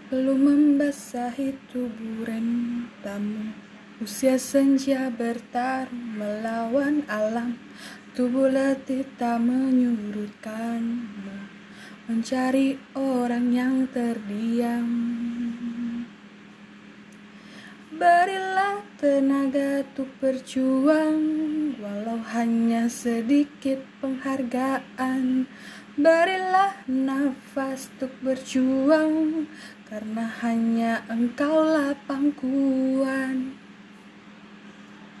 Lalu membasahi tubuh rentamu. Usia senja bertarung melawan alam. Tubuh letih tak menyurutkanmu, mencari orang yang terdiam. Berilah tenaga untuk berjuang, walau hanya sedikit penghargaan. Berilah nafas untuk berjuang, karena hanya engkaulah pangkuan.